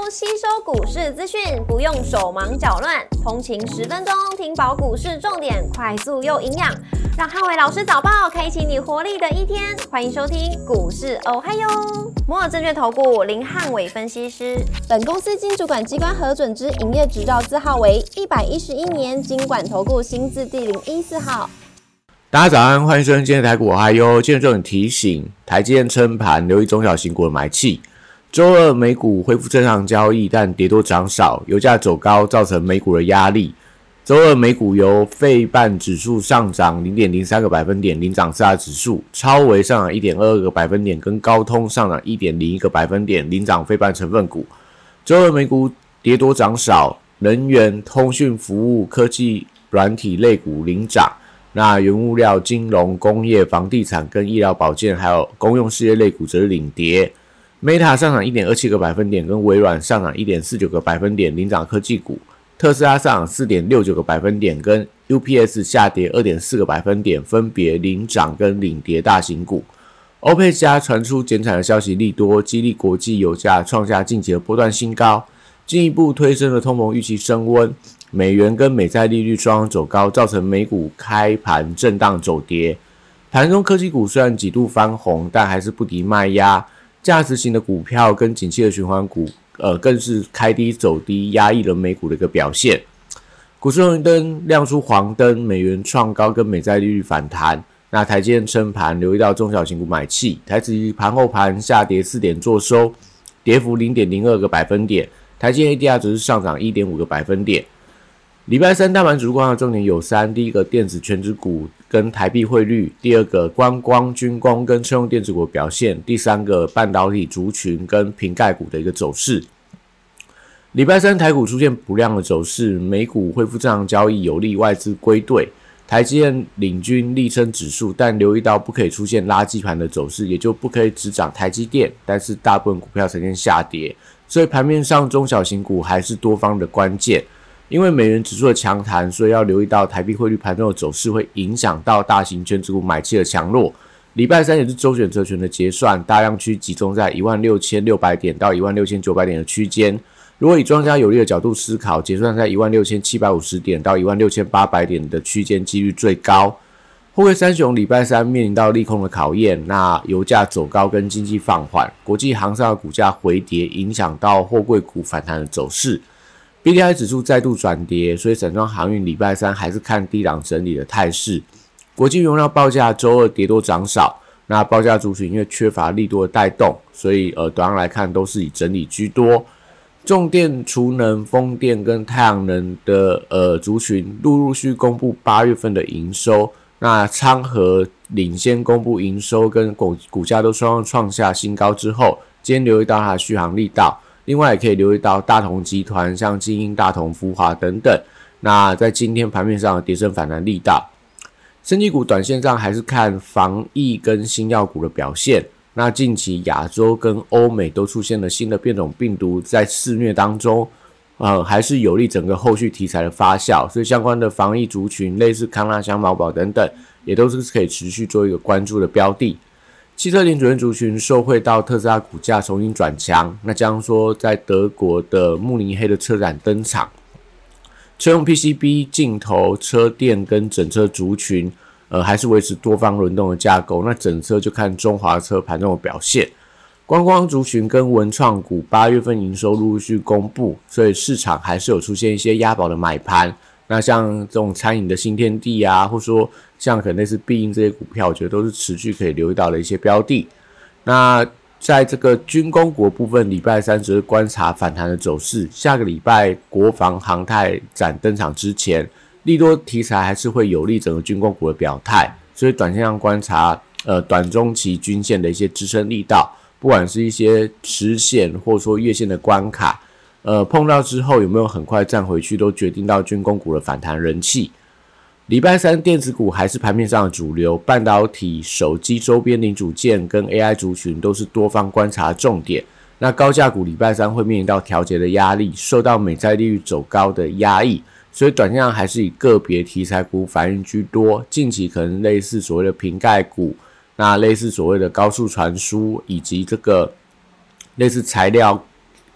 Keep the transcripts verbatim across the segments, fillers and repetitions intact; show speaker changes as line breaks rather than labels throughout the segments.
吸收股市资讯，不用手忙脚乱，通勤十分钟听饱股市重点，快速又营养，让汉伟老师早报开启你活力的一天。欢迎收听股市哦嗨哟，摩尔证券投顾林汉伟分析师。本公司经主管机关核准之营业执照字号为一百一十一年金管投顾新字第零一四号。
大家早安，欢迎收听今天的台股哦嗨哟。今天重点提醒，台积电撑盘，留意中小型股的买气。周二美股恢复正常交易，但跌多涨少，油价走高造成美股的压力。周二美股由费半指数上涨 零点零三 个百分点领涨四大指数，超微上涨 一点二二 个百分点，跟高通上涨 一点零一 个百分点领涨费半成分股。周二美股跌多涨少，能源、通讯服务、科技、软体类股领涨。那原物料、金融、工业、房地产跟医疗保健还有公用事业类股则是领跌。Meta 上涨 一点二七 个百分点，跟微软上涨 一点四九 个百分点领涨科技股。特斯拉上涨 四点六九 个百分点，跟 U P S 下跌 二点四 个百分点，分别领涨跟领跌大型股。欧佩加传出减产的消息利多，激励国际油价创下近期的波段新高，进一步推升了通膨预期升温。美元跟美债利率双双走高，造成美股开盘震荡走跌。盘中科技股虽然几度翻红，但还是不敌卖压。价值型的股票跟景气的循环股，呃，更是开低走低，压抑了美股的一个表现。股市红灯亮出黄灯，美元创高跟美债利率反弹。那台积电撑盘，留意到中小型股买气。台指盘后盘下跌四点做收，跌幅 零点零二 个百分点。台积电 A D R 则是上涨 一点五 个百分点。礼拜三大盘指数观察重点有三：第一个电子全指股跟台币汇率；第二个观光、军工跟车用电子股的表现；第三个半导体族群跟瓶盖股的一个走势。礼拜三台股出现不量的走势，美股恢复正常交易，有利外资归队。台积电领军力撑指数，但留意到不可以出现垃圾盘的走势，也就不可以只涨台积电，但是大部分股票呈现下跌，所以盘面上中小型股还是多方的关键。因为美元指数的强弹，所以要留意到台币汇率盘中的走势会影响到大型全指股买气的强弱。礼拜三也是周选择权的结算，大量区集中在 一万六千六百 点到 一万六千九百 点的区间。如果以庄家有利的角度思考，结算在 一万六千七百五十 点到 一万六千八百 点的区间几率最高。货柜三雄礼拜三面临到利空的考验，那油价走高跟经济放缓，国际航商的股价回跌，影响到货柜股反弹的走势。B D I 指数再度转跌，所以散装航运礼拜三还是看低档整理的态势。国际原料报价周二跌多涨少，那报价族群因为缺乏利多的带动，所以呃短上来看都是以整理居多。重电、储能、风电跟太阳能的呃族群陆陆续公布八月份的营收，那昌河领先公布营收跟股股价都双双创下新高之后，今天留意到它的续航力道。另外也可以留意到大同集团，像精英、大同、福华等等。那在今天盘面上的跌升反弹力道，生技股短线上还是看防疫跟新药股的表现。那近期亚洲跟欧美都出现了新的变种病毒在肆虐当中，呃，还是有利整个后续题材的发酵，所以相关的防疫族群，类似康纳香、毛宝等等，也都是可以持续做一个关注的标的。汽车零组件族群受惠到特斯拉股价重新转强，那加上说在德国的慕尼黑的车展登场，车用 P C B、镜头、车电跟整车族群，呃，还是维持多方轮动的架构。那整车就看中华车盘中的表现。观光族群跟文创股八月份营收陆续公布，所以市场还是有出现一些押宝的买盘。那像这种餐饮的新天地啊，或说像可能类似必应这些股票，我觉得都是持续可以留意到的一些标的。那在这个军工股部分，礼拜三则是观察反弹的走势。下个礼拜国防航太展登场之前，利多题材还是会有利整个军工股的表态，所以短线上观察呃短中期均线的一些支撑力道，不管是一些时线或者说月线的关卡。呃，碰到之后有没有很快站回去，都决定到军工股的反弹人气。礼拜三电子股还是盘面上的主流，半导体、手机周边零组件跟 A I 族群都是多方观察的重点。那高价股礼拜三会面临到调节的压力，受到美债利率走高的压抑，所以短线上还是以个别题材股反应居多。近期可能类似所谓的瓶盖股，那类似所谓的高速传输，以及这个类似材料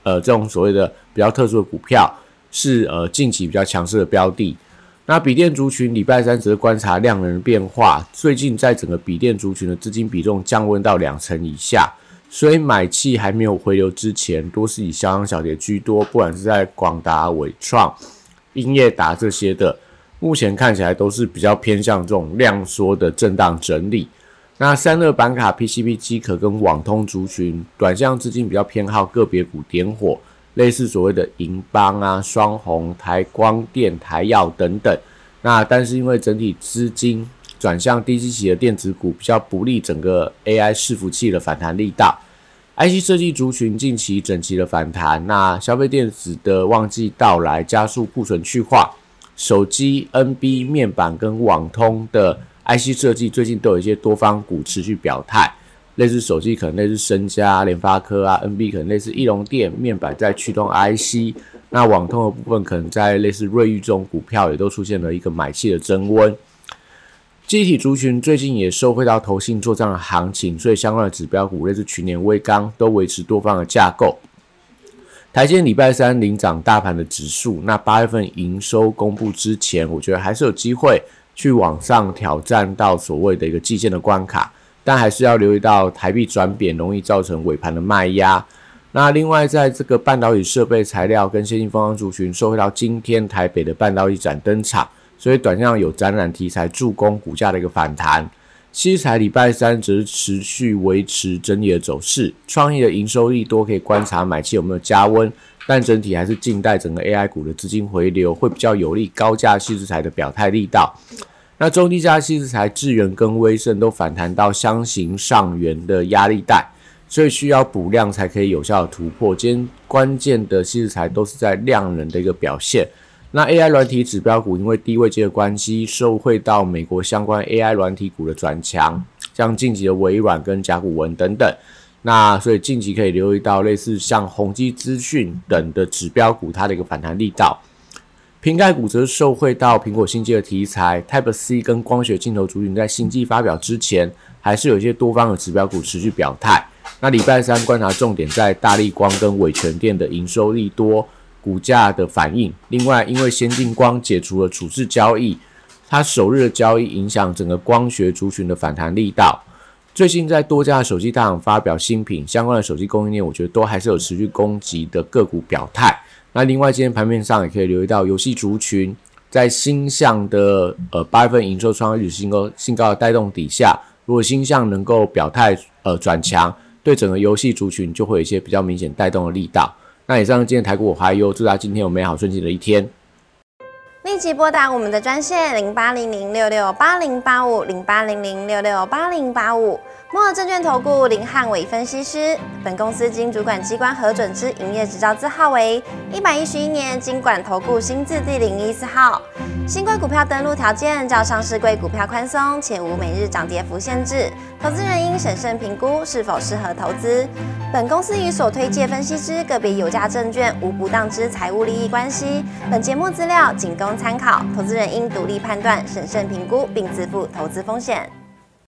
呃这种所谓的比较特殊的股票是呃近期比较强势的标的。那笔电族群礼拜三只是观察量能的变化，最近在整个笔电族群的资金比重降温到两成以下，所以买气还没有回流之前，多是以小涨小跌居多，不管是在广达、伟创、英业达这些的，目前看起来都是比较偏向这种量缩的震荡整理。那散热板卡、P C B 机壳跟网通族群，短线资金比较偏好个别股点火，类似所谓的银邦啊、双虹、台光电、台耀等等。那但是因为整体资金转向低基期的电子股，比较不利整个 A I 伺服器的反弹力道。I C 设计族群近期整齐的反弹，那消费电子的旺季到来，加速库存去化。手机、N B、面板跟网通的 I C 设计最近都有一些多方股持续表态，类似手机可能类似身家、联发科啊 ，N B 可能类似义隆电，面板在驱动 I C， 那网通的部分可能在类似瑞昱这种股票也都出现了一个买气的增温。记忆体族群最近也受惠到投信做账的行情，所以相关的指标股类似群联、威刚都维持多方的架构。台积电礼拜三领涨大盘的指数，那八月份营收公布之前，我觉得还是有机会去往上挑战到所谓的一个季线的关卡，但还是要留意到台币转贬容易造成尾盘的卖压。那另外在这个半导体设备材料跟先进封装族群受惠到今天台北的半导体展登场，所以短线上有展览题材助攻股价的一个反弹。矽材礼拜三则是持续维持整理的走势，创意的营收利多可以观察买气有没有加温，但整体还是静待整个 A I 股的资金回流，会比较有利高价矽材的表态力道。那中低价矽材智原跟威盛都反弹到箱型上缘的压力带，所以需要补量才可以有效的突破。今天关键的矽材都是在量能的一个表现。那 A I 软体指标股因为低位阶的关系，受惠到美国相关 A I 软体股的转强，像近期的微软跟甲骨文等等。那所以近期可以留意到类似像宏基资讯等的指标股它的一个反弹力道。瓶盖股则受惠到苹果新机的题材 ，Type C 跟光学镜头族群在新机发表之前，还是有一些多方的指标股持续表态。那礼拜三观察重点在大立光跟伟全电的营收利多。股价的反应，另外因为先进光解除了处置交易，它首日的交易影响整个光学族群的反弹力道。最近在多家的手机大厂发表新品，相关的手机供应链，我觉得都还是有持续攻击的个股表态。那另外今天盘面上也可以留意到游戏族群，在新项的呃八月份营收创历史新高新高的带动底下，如果新项能够表态呃转强，对整个游戏族群就会有一些比较明显带动的力道。那以上是今天台股我还有，祝大家今天有美好顺心的一天。
立即拨打我们的专线零八零零六六八零八五零八零零六六八零八五。摩尔证券投顾林汉伟分析师，本公司经主管机关核准之营业执照字号为一百一十一年金管投顾新字第零一四号。新规股票登录条件较上市柜股票宽松，且无每日涨跌幅限制，投资人应审慎评估是否适合投资。本公司与所推介分析之个别有价证券无不当之财务利益关系。本节目资料仅供参考，投资人应独立判断、审慎评估，并自负投资风险。